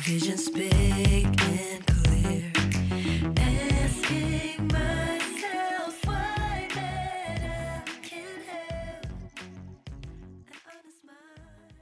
vision's big and clear. Asking myself why that I can't have an honest mind.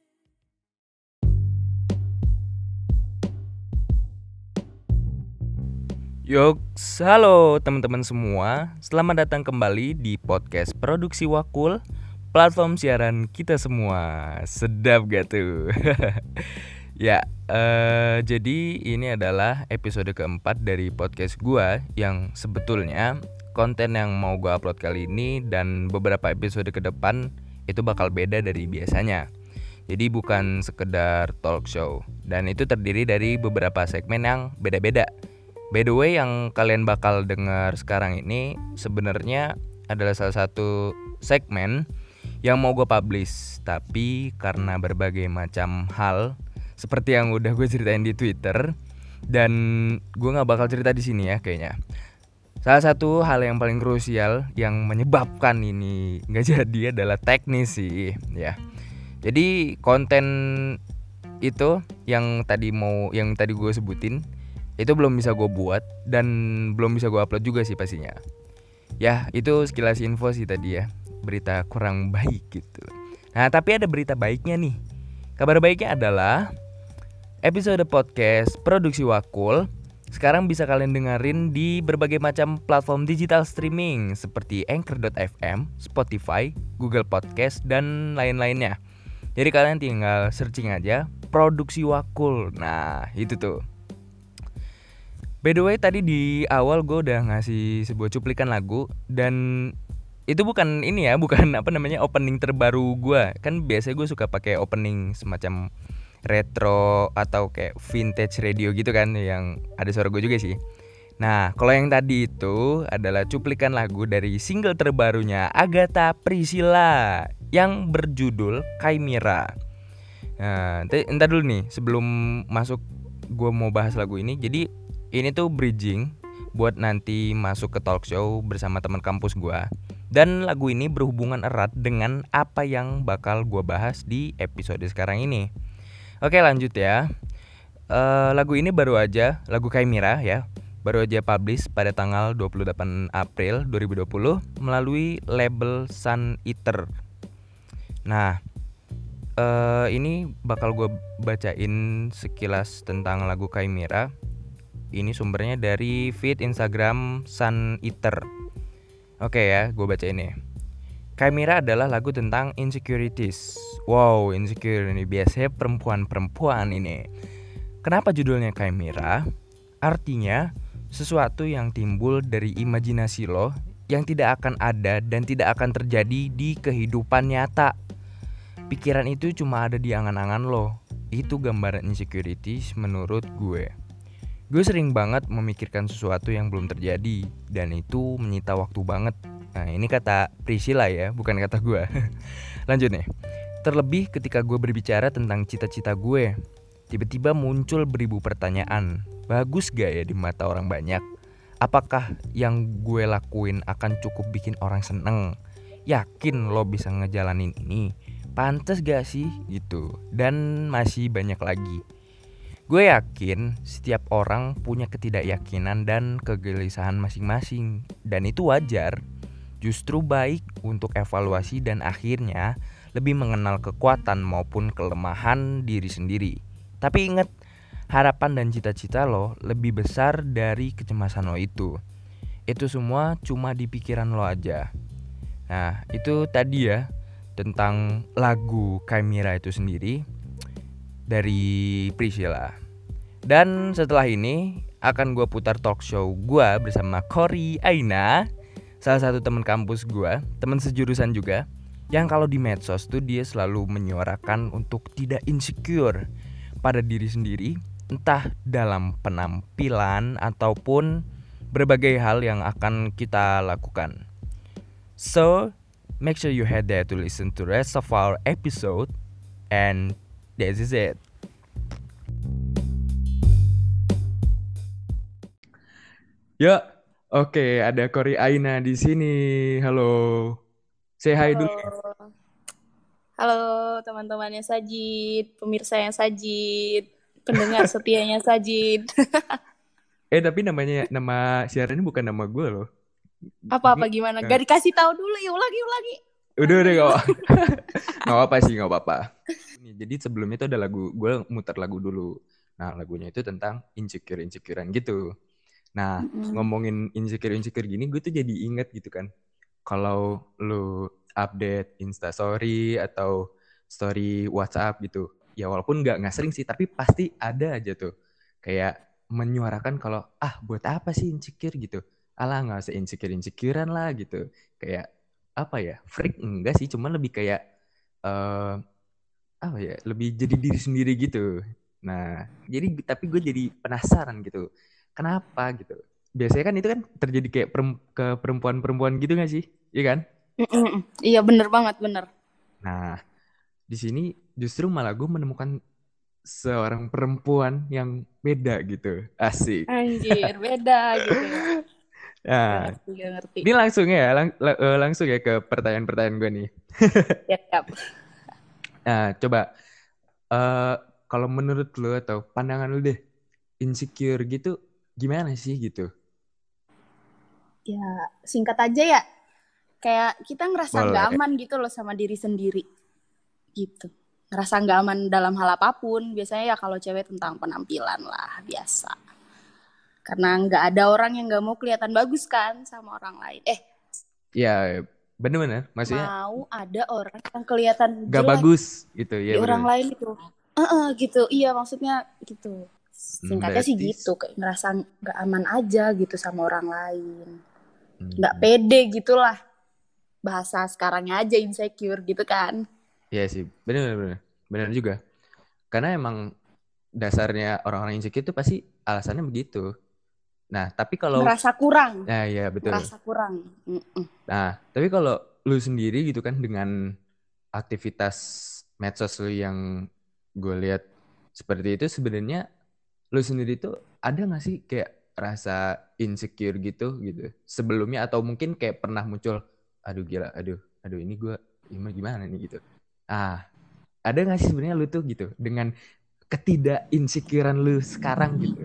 Yoks, halo teman-teman semua. Selamat datang kembali di podcast Produksi Wakul, platform siaran kita semua. Sedap gak tuh? Ya, jadi ini adalah episode keempat dari podcast gua yang sebetulnya konten yang mau gua upload kali ini dan beberapa episode ke depan itu bakal beda dari biasanya. Jadi bukan sekedar talk show, dan itu terdiri dari beberapa segmen yang beda-beda. By the way, yang kalian bakal dengar sekarang ini sebenarnya adalah salah satu segmen yang mau gue publish, tapi karena berbagai macam hal seperti yang udah gue ceritain di Twitter, dan gue nggak bakal cerita di sini ya kayaknya. Salah satu hal yang paling krusial yang menyebabkan ini nggak jadi adalah teknis sih, ya. Jadi konten itu yang tadi gue sebutin itu belum bisa gue buat dan belum bisa gue upload juga sih pastinya. Ya itu sekilas info sih tadi ya, berita kurang baik gitu. Nah tapi ada berita baiknya nih. Kabar baiknya adalah episode podcast Produksi Wakul sekarang bisa kalian dengerin di berbagai macam platform digital streaming seperti Anchor.fm, Spotify, Google Podcast, dan lain-lainnya. Jadi kalian tinggal searching aja Produksi Wakul. Nah itu tuh. By the way, tadi di awal gue udah ngasih sebuah cuplikan lagu, dan itu bukan ini ya, bukan opening terbaru gue. Kan biasanya gue suka pakai opening semacam retro atau kayak vintage radio gitu kan, yang ada suara gue juga sih. Nah, kalau yang tadi itu adalah cuplikan lagu dari single terbarunya Agatha Priscilla yang berjudul Chimera. Nah, entar dulu nih, sebelum masuk gue mau bahas lagu ini. Jadi ini tuh bridging buat nanti masuk ke talk show bersama teman kampus gue. Dan lagu ini berhubungan erat dengan apa yang bakal gue bahas di episode sekarang ini. Oke lanjut ya. Lagu ini lagu Chimera ya, baru aja publish pada tanggal 28 April 2020 melalui label Sun Eater. Nah, ini bakal gue bacain sekilas tentang lagu Chimera. Ini sumbernya dari feed Instagram Sun Eater. Oke ya, gue baca ini. Chimera adalah lagu tentang insecurities. Wow, insecure ini biasanya perempuan-perempuan ini. Kenapa judulnya Chimera? Artinya sesuatu yang timbul dari imajinasi lo yang tidak akan ada dan tidak akan terjadi di kehidupan nyata. Pikiran itu cuma ada di angan-angan lo. Itu gambaran insecurities menurut gue. Gue sering banget memikirkan sesuatu yang belum terjadi, dan itu menyita waktu banget. Nah ini kata Priscilla ya, bukan kata gue. Lanjut nih. Terlebih ketika gue berbicara tentang cita-cita gue, tiba-tiba muncul beribu pertanyaan. Bagus gak ya di mata orang banyak? Apakah yang gue lakuin akan cukup bikin orang seneng? Yakin lo bisa ngejalanin ini? Pantes gak sih? Gitu. Dan masih banyak lagi. Gue yakin setiap orang punya ketidakyakinan dan kegelisahan masing-masing, dan itu wajar. Justru baik untuk evaluasi dan akhirnya lebih mengenal kekuatan maupun kelemahan diri sendiri. Tapi ingat, harapan dan cita-cita lo lebih besar dari kecemasan lo itu. Itu semua cuma di pikiran lo aja. Nah itu tadi ya tentang lagu Chimera itu sendiri dari Priscilla. Dan setelah ini akan gue putar talk show gue bersama Cory Aina, salah satu teman kampus gue, teman sejurusan juga, yang kalau di medsos tuh dia selalu menyuarakan untuk tidak insecure pada diri sendiri, entah dalam penampilan ataupun berbagai hal yang akan kita lakukan. So, make sure you head there to listen to rest of our episode, and this is it. Ya, oke, ada Cory Aina di sini. Halo. Say hi dulu. Halo teman-temannya Sajid, pemirsa yang Sajid. pendengar setianya Sajid. Tapi nama siarannya bukan nama gue loh. Apa-apa Gue gimana? Gak dikasih tahu dulu, ya ulangi. udah Ulangi gak, dulu. nggak apa sih, nggak apa-apa. Jadi sebelumnya itu ada lagu, gue muter lagu dulu. Nah lagunya itu tentang insecurean gitu. Nah Mm-mm. ngomongin insecure gini, gue tuh jadi inget gitu kan. Kalau lu update Instastory atau story WhatsApp gitu, ya walaupun nggak sering sih, tapi pasti ada aja tuh kayak menyuarakan kalau buat apa sih insecure gitu. Alah nggak usah insecurean lah gitu. Kayak apa ya, freak enggak sih, cuman lebih kayak eh apa ya, lebih jadi diri sendiri gitu. Nah jadi tapi gue jadi penasaran gitu, kenapa gitu. Biasanya kan itu kan terjadi kayak ke perempuan-perempuan gitu gak sih, iya kan? Mm-mm. Iya bener banget, bener. Nah di sini justru malah gue menemukan seorang perempuan yang beda gitu, asik. Anjir, beda gitu ya. Gak Nah ngerti, gak ngerti. ini langsung ya, langsung ya ke pertanyaan-pertanyaan gue nih. Siap, siap. Nah coba, eh kalau menurut lo atau pandangan lo deh, insecure gitu gimana sih gitu? Ya, singkat aja ya. Kayak kita ngerasa nggak Boleh. aman gitu loh sama diri sendiri. Gitu. Ngerasa nggak aman dalam hal apapun. Biasanya ya kalau cewek tentang penampilan lah, biasa. Karena nggak ada orang yang nggak mau kelihatan bagus kan sama orang lain. Ya bener-bener, maksudnya Mau ada orang yang kelihatan gak jelek bagus gitu ya, di orang bener. lain itu. Gitu. Iya, maksudnya gitu. Singkatnya sih Berarti gitu, kayak ngerasa nggak aman aja gitu sama orang lain. Nggak hmm, pede gitulah. Bahasa sekarangnya aja insecure gitu kan. ya sih, bener-bener bener juga. Karena emang dasarnya orang-orang insecure itu pasti alasannya begitu. Nah tapi kalau, Ngerasa kurang. nah ya betul. Ngerasa kurang. Mm-mm. Nah tapi kalau lu sendiri gitu kan, dengan aktivitas medsos lu yang gue lihat seperti itu, sebenarnya lu sendiri tuh ada nggak sih kayak rasa insecure gitu sebelumnya, atau mungkin kayak pernah muncul, aduh gila, aduh ini gue gimana gimana nih gitu. Ah, ada nggak sih sebenarnya lu tuh gitu dengan ketidak insecurean lu sekarang gitu?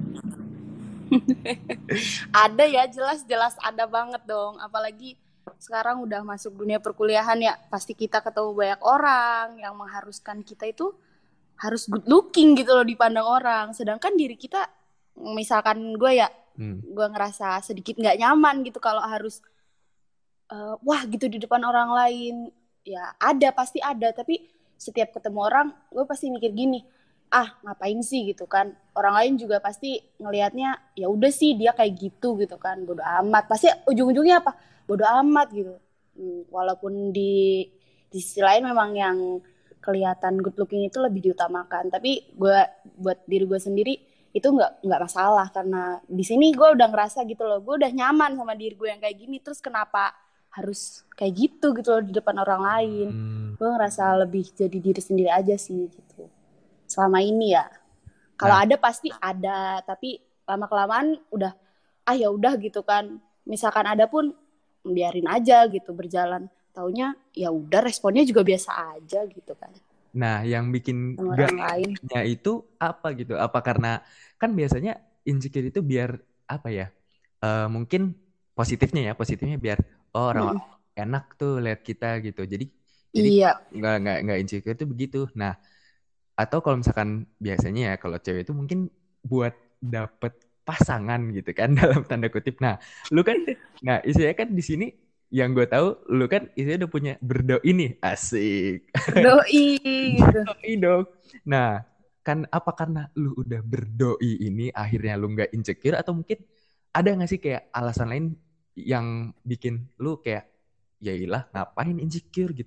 Ada ya, jelas-jelas ada banget dong. Apalagi sekarang udah masuk dunia perkuliahan ya. Pasti kita ketemu banyak orang yang mengharuskan kita itu harus good looking gitu loh dipandang orang. Sedangkan diri kita, misalkan gue ya, Hmm. gue ngerasa sedikit nggak nyaman gitu kalau harus wah gitu di depan orang lain. Ya ada, pasti ada. Tapi setiap ketemu orang, gue pasti mikir gini, ngapain sih gitu kan. Orang lain juga pasti ngelihatnya, ya udah sih dia kayak gitu kan. Bodo amat. Pasti ujung-ujungnya apa? Bodo amat gitu. Walaupun di sisi lain memang yang kelihatan good looking itu lebih diutamakan. Tapi gue, buat diri gue sendiri, itu nggak masalah, karena di sini gue udah ngerasa gitu loh, gue udah nyaman sama diri gue yang kayak gini. Terus kenapa harus kayak gitu loh di depan orang lain. Hmm. Gue ngerasa lebih jadi diri sendiri aja sih gitu selama ini ya. Kalau Nah, ada pasti ada, tapi lama kelamaan udah ya udah gitu kan. Misalkan ada pun biarin aja gitu berjalan. Taunya ya udah, responnya juga biasa aja gitu kan nah yang bikin sama gak orang lain. enaknya itu apa gitu? Apa karena kan biasanya insecure itu biar apa ya? Mungkin positifnya biar orang Mm-mm. enak tuh lihat kita gitu. Jadi Iya, nggak insecure tuh begitu. Nah, atau kalau misalkan biasanya ya kalau cewek itu mungkin buat dapet pasangan gitu kan, dalam tanda kutip. Nah, lu kan, nah isinya kan di sini yang gue tahu lu kan isinya udah punya berdoi nih, asik. berdoi gitu. Berdoi dong. Nah, kan apa karena lu udah berdoi ini akhirnya lu nggak insecure, atau mungkin ada nggak sih kayak alasan lain yang bikin lu kayak ya ilah ngapain insecure gitu?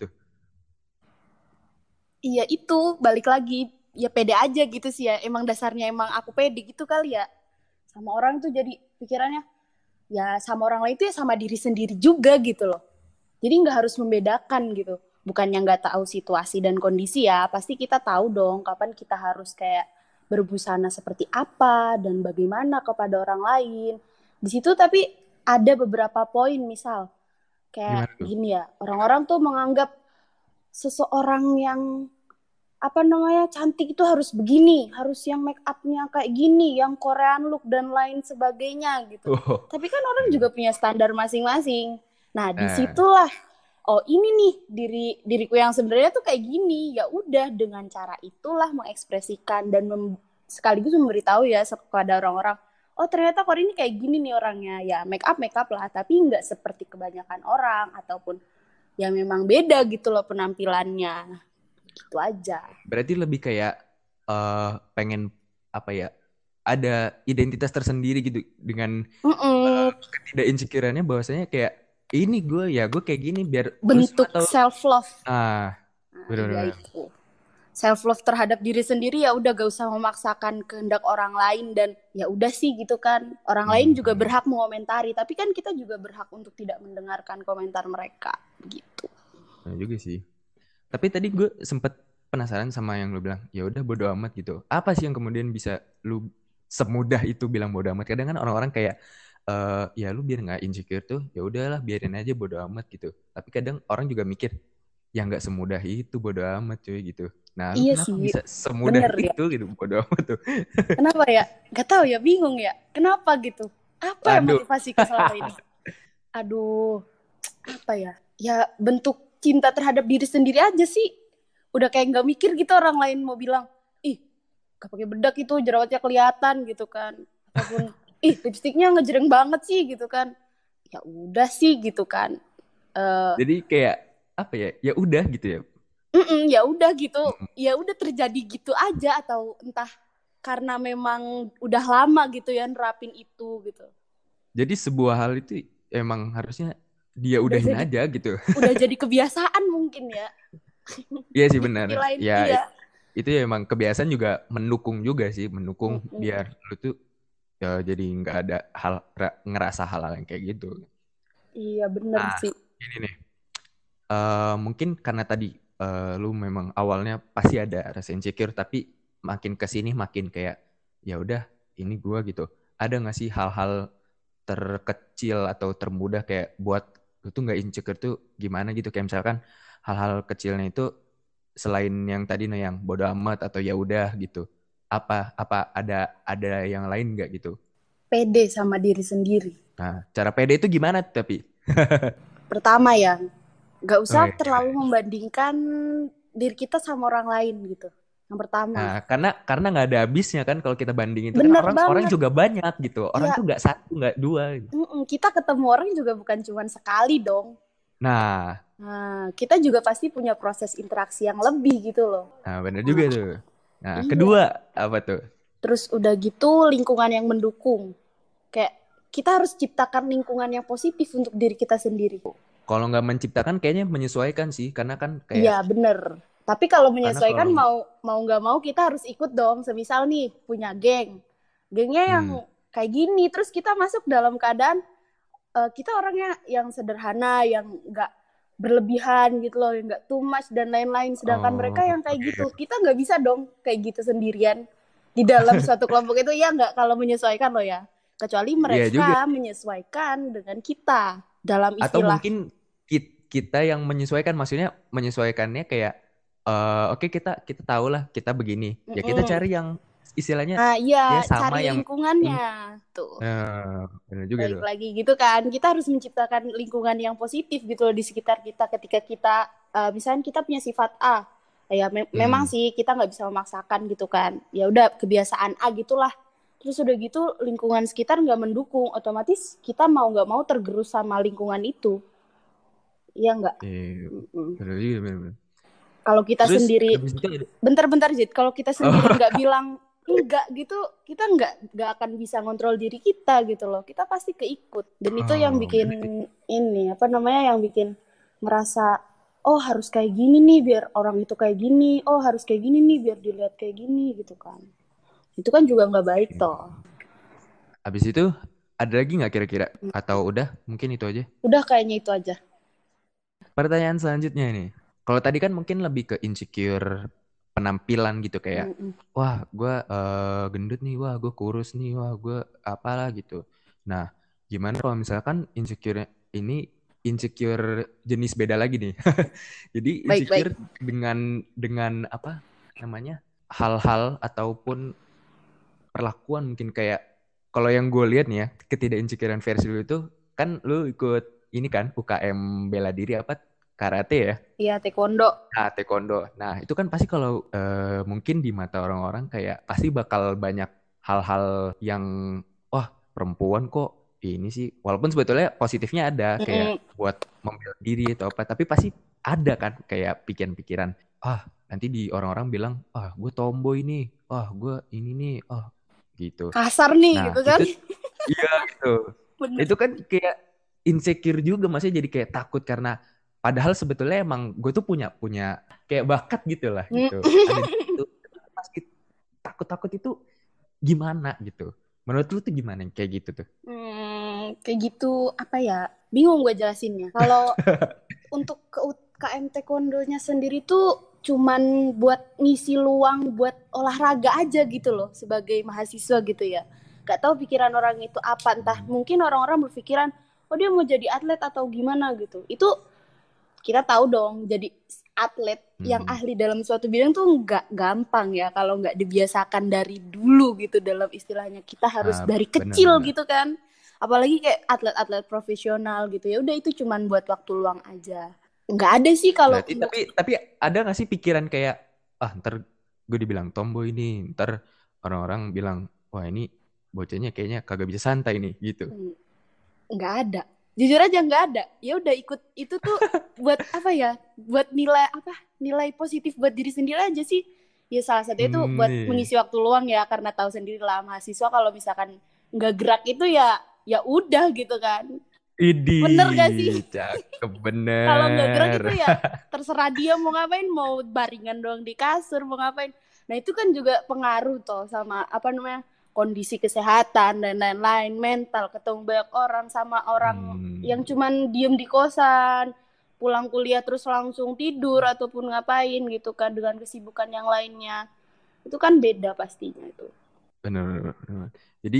Iya itu, balik lagi, ya pede aja gitu sih ya. Emang dasarnya emang aku pede gitu kali ya. Sama orang tuh jadi pikirannya, ya sama orang lain itu ya sama diri sendiri juga gitu loh. Jadi nggak harus membedakan gitu. Bukannya nggak tahu situasi dan kondisi ya, pasti kita tahu dong kapan kita harus kayak berbusana seperti apa dan bagaimana kepada orang lain. Di situ tapi ada beberapa poin, misal kayak Gimana tuh? gini ya, orang-orang tuh menganggap seseorang yang apa namanya, cantik itu harus begini, harus yang make upnya kayak gini, yang Korean look dan lain sebagainya gitu. Oh. Tapi kan orang juga punya standar masing-masing. Nah, Nah, disitulah, oh ini nih diriku yang sebenarnya tuh kayak gini. Ya udah, dengan cara itulah mengekspresikan dan sekaligus memberitahu ya kepada orang-orang, oh ternyata Kori ini kayak gini nih orangnya. Ya make up lah, tapi nggak seperti kebanyakan orang ataupun ya memang beda gitu loh penampilannya. Gitu aja. berarti lebih kayak pengen apa ya? Ada identitas tersendiri gitu dengan Mm-mm. ketidak insecureannya bahwasanya kayak ini gue kayak gini biar terus Bentuk atau self love. ah Nah, ya benar-benar. itu. Self love terhadap diri sendiri, ya udah gak usah memaksakan kehendak orang lain, dan ya udah sih gitu kan. Orang lain juga berhak mengomentari, tapi kan kita juga berhak untuk tidak mendengarkan komentar mereka gitu. Nah, juga sih. Tapi tadi gue sempet penasaran sama yang lu bilang, ya udah bodo amat gitu. Apa sih yang kemudian bisa lu semudah itu bilang bodo amat? Kadang kan orang-orang kayak ya lu biar nggak insecure tuh, ya udahlah biarin aja bodo amat gitu. Tapi kadang orang juga mikir, ya nggak semudah itu bodo amat cuy gitu. Nah, lu Iya kenapa sih, bisa semudah bener ya. itu gitu bodo amat tuh? Kenapa ya? Gak tahu ya, bingung ya. Kenapa gitu? Apa yang Aduh, motivasiku selama ini? Aduh, apa ya? Ya bentuk cinta terhadap diri sendiri aja sih. Udah kayak nggak mikir gitu orang lain mau bilang, ih, gak pakai bedak itu jerawatnya kelihatan gitu kan. Ataupun, ih, lipstiknya ngejreng banget sih gitu kan. Ya udah sih gitu kan. jadi kayak apa ya? Ya udah gitu ya. Ya udah gitu. Ya udah terjadi gitu aja, atau entah karena memang udah lama gitu ya nerapin itu gitu. Jadi sebuah hal itu emang harusnya dia Udah udahin jadi aja gitu. udah jadi kebiasaan mungkin ya. Iya sih benar. Dipikirin, Ya iya. itu ya emang kebiasaan juga mendukung juga sih, mendukung Mm-mm. biar lu tuh ya jadi nggak ada ngerasa hal-hal yang kayak gitu. Iya bener Nah, sih. ini nih. Mungkin karena tadi lu memang awalnya pasti ada rasa insecure, tapi makin kesini makin kayak ya udah ini gua gitu. Ada nggak sih hal-hal terkecil atau termudah kayak buat lu tuh nggak insecure tuh gimana gitu? Kayak misalkan hal-hal kecilnya itu selain yang tadi nih yang bodo amat atau ya udah gitu. Apa ada yang lain nggak gitu? Pede sama diri sendiri. Nah, cara pede itu gimana tapi? Pertama ya, gak Oh, usah iya. terlalu membandingkan diri kita sama orang lain gitu. Yang pertama. Nah, karena nggak ada habisnya kan kalau kita bandingin itu kan Bener orang banget. juga banyak gitu. Orang Iya, tuh nggak satu, nggak dua gitu. kita ketemu orang juga bukan cuma sekali dong. Nah, Nah, kita juga pasti punya proses interaksi yang lebih gitu loh. benar juga tuh. Nah, Iya. kedua apa tuh? Terus udah gitu lingkungan yang mendukung. Kayak kita harus ciptakan lingkungan yang positif untuk diri kita sendiri. Kalau nggak menciptakan kayaknya menyesuaikan sih, karena kan Iya kayak bener. Tapi kalau karena menyesuaikan, kalau mau nggak mau kita harus ikut dong. Semisal nih punya gengnya yang hmm, kayak gini, terus kita masuk dalam keadaan kita orangnya yang sederhana, yang nggak berlebihan gitu loh, yang nggak too much dan lain-lain. Sedangkan mereka yang kayak oke. gitu, kita nggak bisa dong kayak gitu sendirian di dalam suatu kelompok itu, ya nggak, kalau menyesuaikan loh ya. Kecuali Iya juga. mereka menyesuaikan dengan kita dalam Atau istilah. mungkin kita yang menyesuaikan, maksudnya menyesuaikannya kayak oke kita tahu lah kita begini. Ya kita Mm-mm. cari yang istilahnya Nah, ya iya, sama cari yang lingkungannya. Tuh, benar juga balik tuh. lagi gitu kan. Kita harus menciptakan lingkungan yang positif gitu loh di sekitar kita. Ketika kita, misalnya kita punya sifat A, ya memang Hmm. sih kita nggak bisa memaksakan gitu kan. Ya udah kebiasaan A gitulah. Terus udah gitu lingkungan sekitar nggak mendukung, otomatis kita mau nggak mau tergerus sama lingkungan itu. Iya nggak? Iya, Mm-mm. benar juga benar. Kalau kita Terus sendiri, habis itu ada bentar Jit, kalau kita sendiri oh, nggak bilang enggak gitu, kita nggak akan bisa ngontrol diri kita gitu loh. Kita pasti keikut, dan itu yang bikin berarti ini apa namanya, yang bikin merasa, oh harus kayak gini nih biar orang itu kayak gini, oh harus kayak gini nih biar dilihat kayak gini gitu kan. Itu kan juga nggak baik toh. habis itu ada lagi nggak kira-kira atau udah mungkin itu aja. Udah kayaknya itu aja. Pertanyaan selanjutnya nih. Kalau tadi kan mungkin lebih ke insecure penampilan gitu kayak Mm-mm. wah gue gendut nih, wah gue kurus nih, wah gue apalah gitu. Nah, gimana kalau misalkan insecure ini insecure jenis beda lagi nih. Jadi Baik. insecure dengan apa? namanya hal-hal ataupun perlakuan mungkin kayak kalau yang gue lihat nih ya ketidakinsecurean versi lu itu kan lu ikut ini kan UKM bela diri apa karate ya. Iya, taekwondo. Nah, taekwondo. Nah, itu kan pasti kalau mungkin di mata orang-orang kayak pasti bakal banyak hal-hal yang wah, perempuan kok ini sih. Walaupun sebetulnya positifnya ada kayak Mm-mm. buat membela diri atau apa, tapi pasti ada kan kayak pikiran-pikiran. Ah, nanti di orang-orang bilang, "Ah, gue tomboy nih. Ah, gue ini nih." Ah, gitu. Kasar nih Nah, gitu kan. itu iya gitu. Bener. Itu kan kayak insecure juga maksudnya jadi kayak takut karena padahal sebetulnya emang gue tuh punya punya kayak bakat gitu lah Mm. gitu. Ada di situ. Pasti takut-takut itu gimana gitu. Menurut lu tuh gimana yang kayak gitu tuh? Kayak gitu apa ya? Bingung gue jelasinnya. Kalau untuk ke UKM taekwondonya sendiri tuh cuman buat ngisi luang buat olahraga aja gitu loh sebagai mahasiswa gitu ya. Gak tahu pikiran orang itu apa, entah mungkin orang-orang berpikiran oh dia mau jadi atlet atau gimana gitu. Itu kita tahu dong jadi atlet yang Hmm, ahli dalam suatu bidang tuh nggak gampang ya kalau nggak dibiasakan dari dulu gitu dalam istilahnya kita harus dari kecil bener-bener. gitu kan apalagi kayak atlet-atlet profesional gitu ya udah itu cuman buat waktu luang aja nggak ada sih kalau Berarti tapi ada nggak sih pikiran kayak ah ntar gue dibilang tomboy ini, ntar orang-orang bilang wah ini bocahnya kayaknya kagak bisa santai nih gitu. nggak ada jujur aja nggak ada ya udah ikut itu tuh buat apa ya buat nilai positif buat diri sendiri aja sih ya salah satunya itu buat Nih. mengisi waktu luang ya karena tahu sendiri lah mahasiswa kalau misalkan nggak gerak itu ya ya udah gitu kan bener gak sih Idih, cakep kalau nggak gerak bener. itu ya terserah dia mau ngapain mau baringan doang di kasur mau ngapain nah itu kan juga pengaruh toh sama apa namanya kondisi kesehatan dan lain-lain mental ketemu banyak orang sama orang yang Hmm, cuman diem di kosan pulang kuliah terus langsung tidur ataupun ngapain gitu kan dengan kesibukan yang lainnya itu kan beda pastinya itu. bener, bener. Jadi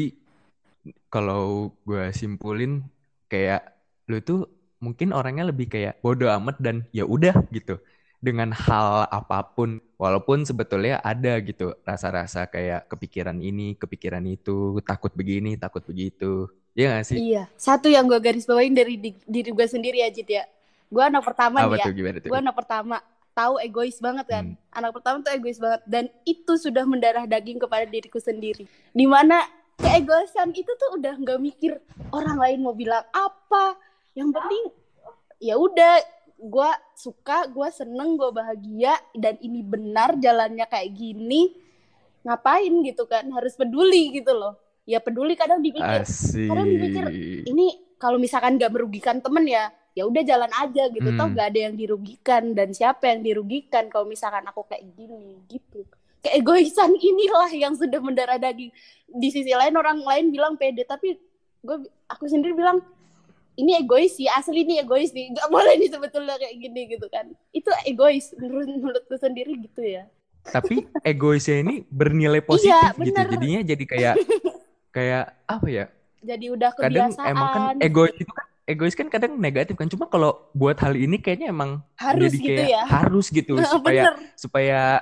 kalau gue simpulin kayak lu tuh mungkin orangnya lebih kayak bodo amat dan ya udah gitu dengan hal apapun walaupun sebetulnya ada gitu rasa-rasa kayak kepikiran ini kepikiran itu takut begini takut begitu ya gak sih Iya, satu yang gue garis bawain dari diri gue sendiri ya, Jit ya. Gue anak pertama apa nih ya. tuh gimana tuh Gue anak pertama, tahu egois banget kan. hmm. Anak pertama tuh egois banget dan itu sudah mendarah daging kepada diriku sendiri. Dimana keegoisan itu tuh udah nggak mikir orang lain mau bilang apa. Yang penting ya udah, gue suka, gue seneng, gue bahagia dan ini benar jalannya kayak gini. Ngapain gitu kan? Harus peduli gitu loh. Ya peduli kadang dipikir Asik ini kalau misalkan nggak merugikan temen ya ya udah jalan aja gitu toh hmm. nggak ada yang dirugikan dan siapa yang dirugikan kalau misalkan aku kayak gini gitu keegoisan inilah yang sudah mendarah daging di sisi lain orang lain bilang pede tapi aku sendiri bilang ini egois sih asli ini egois nih nggak boleh nih sebetulnya kayak gini gitu kan itu egois menurutku sendiri gitu ya Tapi egoisnya ini bernilai iya positif gitu bener jadinya jadi kayak kayak apa ya jadi udah kadang emang kan kebiasaan egois kan kadang negatif kan cuma kalau buat hal ini kayaknya emang harus jadi gitu kayak ya harus gitu supaya bener supaya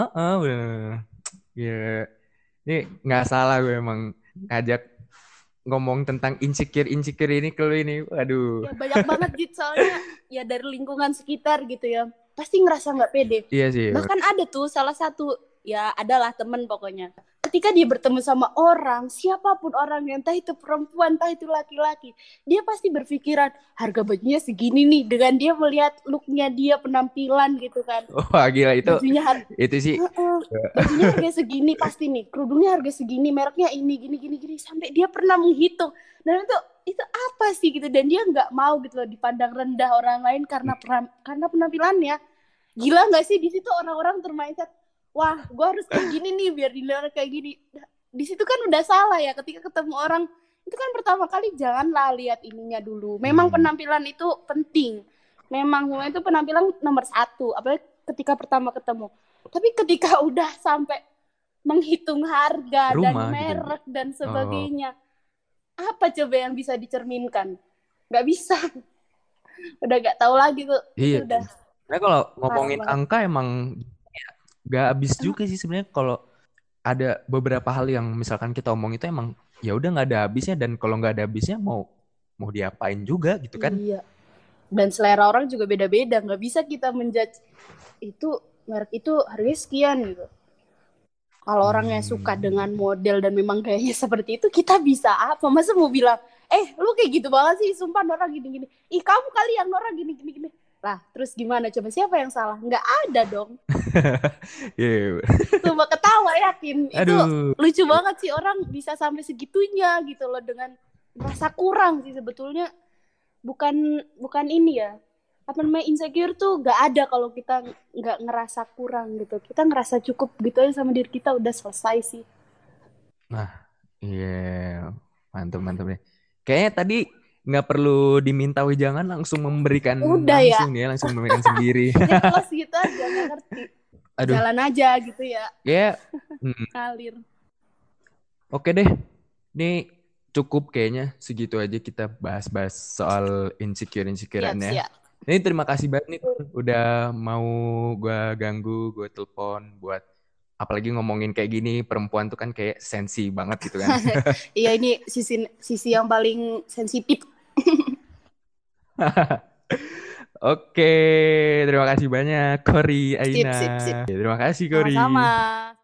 bener. Ya ini nggak salah gue emang ngajak ngomong tentang insecure insecure ini ke lu ini waduh ya banyak banget gitu soalnya ya dari lingkungan sekitar gitu ya pasti ngerasa nggak pede iya sih bahkan ada tuh salah satu ya adalah temen pokoknya ketika dia bertemu sama orang siapapun orangnya entah itu perempuan entah itu laki-laki dia pasti berpikiran harga bajunya segini nih dengan dia melihat looknya dia penampilan gitu kan wah gila bajunya itu sih bajunya harga segini pasti nih kerudungnya harga segini mereknya ini gini gini gini sampai dia pernah menghitung dan itu apa sih gitu dan dia nggak mau gitu loh dipandang rendah orang lain karena penampilannya gila nggak sih di situ orang-orang termindset wah gue harus kayak gini nih biar dilihat kayak gini di situ kan udah salah ya ketika ketemu orang itu kan pertama kali janganlah lihat ininya dulu memang hmm, penampilan itu penting memang itu penampilan nomor satu apalagi ketika pertama ketemu tapi ketika udah sampai menghitung harga dan rumah gitu merek dan oh sebagainya apa coba yang bisa dicerminkan nggak bisa udah nggak tahu lagi tuh itu iya udah nah kalau parah ngomongin banget angka emang Gak habis juga sih sebenarnya kalau ada beberapa hal yang misalkan kita omong itu emang ya udah nggak ada habisnya, dan kalau nggak ada habisnya mau mau diapain juga gitu kan. Iya. Dan selera orang juga beda-beda. Nggak bisa kita menjudge itu merek itu harganya sekian gitu. Kalau orangnya suka dengan model dan memang kayaknya seperti itu, kita bisa apa? Masa mau bilang, lu kayak gitu banget sih, sumpah Nora gini-gini. Ih, kamu kali yang Nora gini-gini. Lah, terus gimana? Coba siapa yang salah? Nggak ada dong. Iya. Cuma ketawa yakin. Itu Aduh. lucu banget sih orang bisa sampai segitunya gitu loh dengan merasa kurang sih sebetulnya. Bukan ini ya. Apa namanya, insecure tuh gak ada kalau kita nggak ngerasa kurang gitu. Kita ngerasa cukup gitu aja sama diri kita, udah selesai sih. Nah, iya, mantap deh. Kayaknya tadi nggak perlu diminta wejangan, langsung memberikan Udah ya, langsung nih ya, langsung memberikan sendiri. nyeplos gitu aja, gak ngerti. Aduh, Jalan aja gitu ya, kayak ngalir. oke deh. Ini cukup kayaknya segitu aja kita bahas-bahas soal insecure-insecurean ya. Siap-siap. Ini terima kasih banget nih udah mau gua ganggu, gue telepon buat apalagi ngomongin kayak gini, perempuan tuh kan kayak sensi banget gitu kan. Iya, ini sisi yang paling sensitif. Oke, terima kasih banyak Cory, Sip, Aina. sip, sip. Terima kasih Cory. Sama-sama.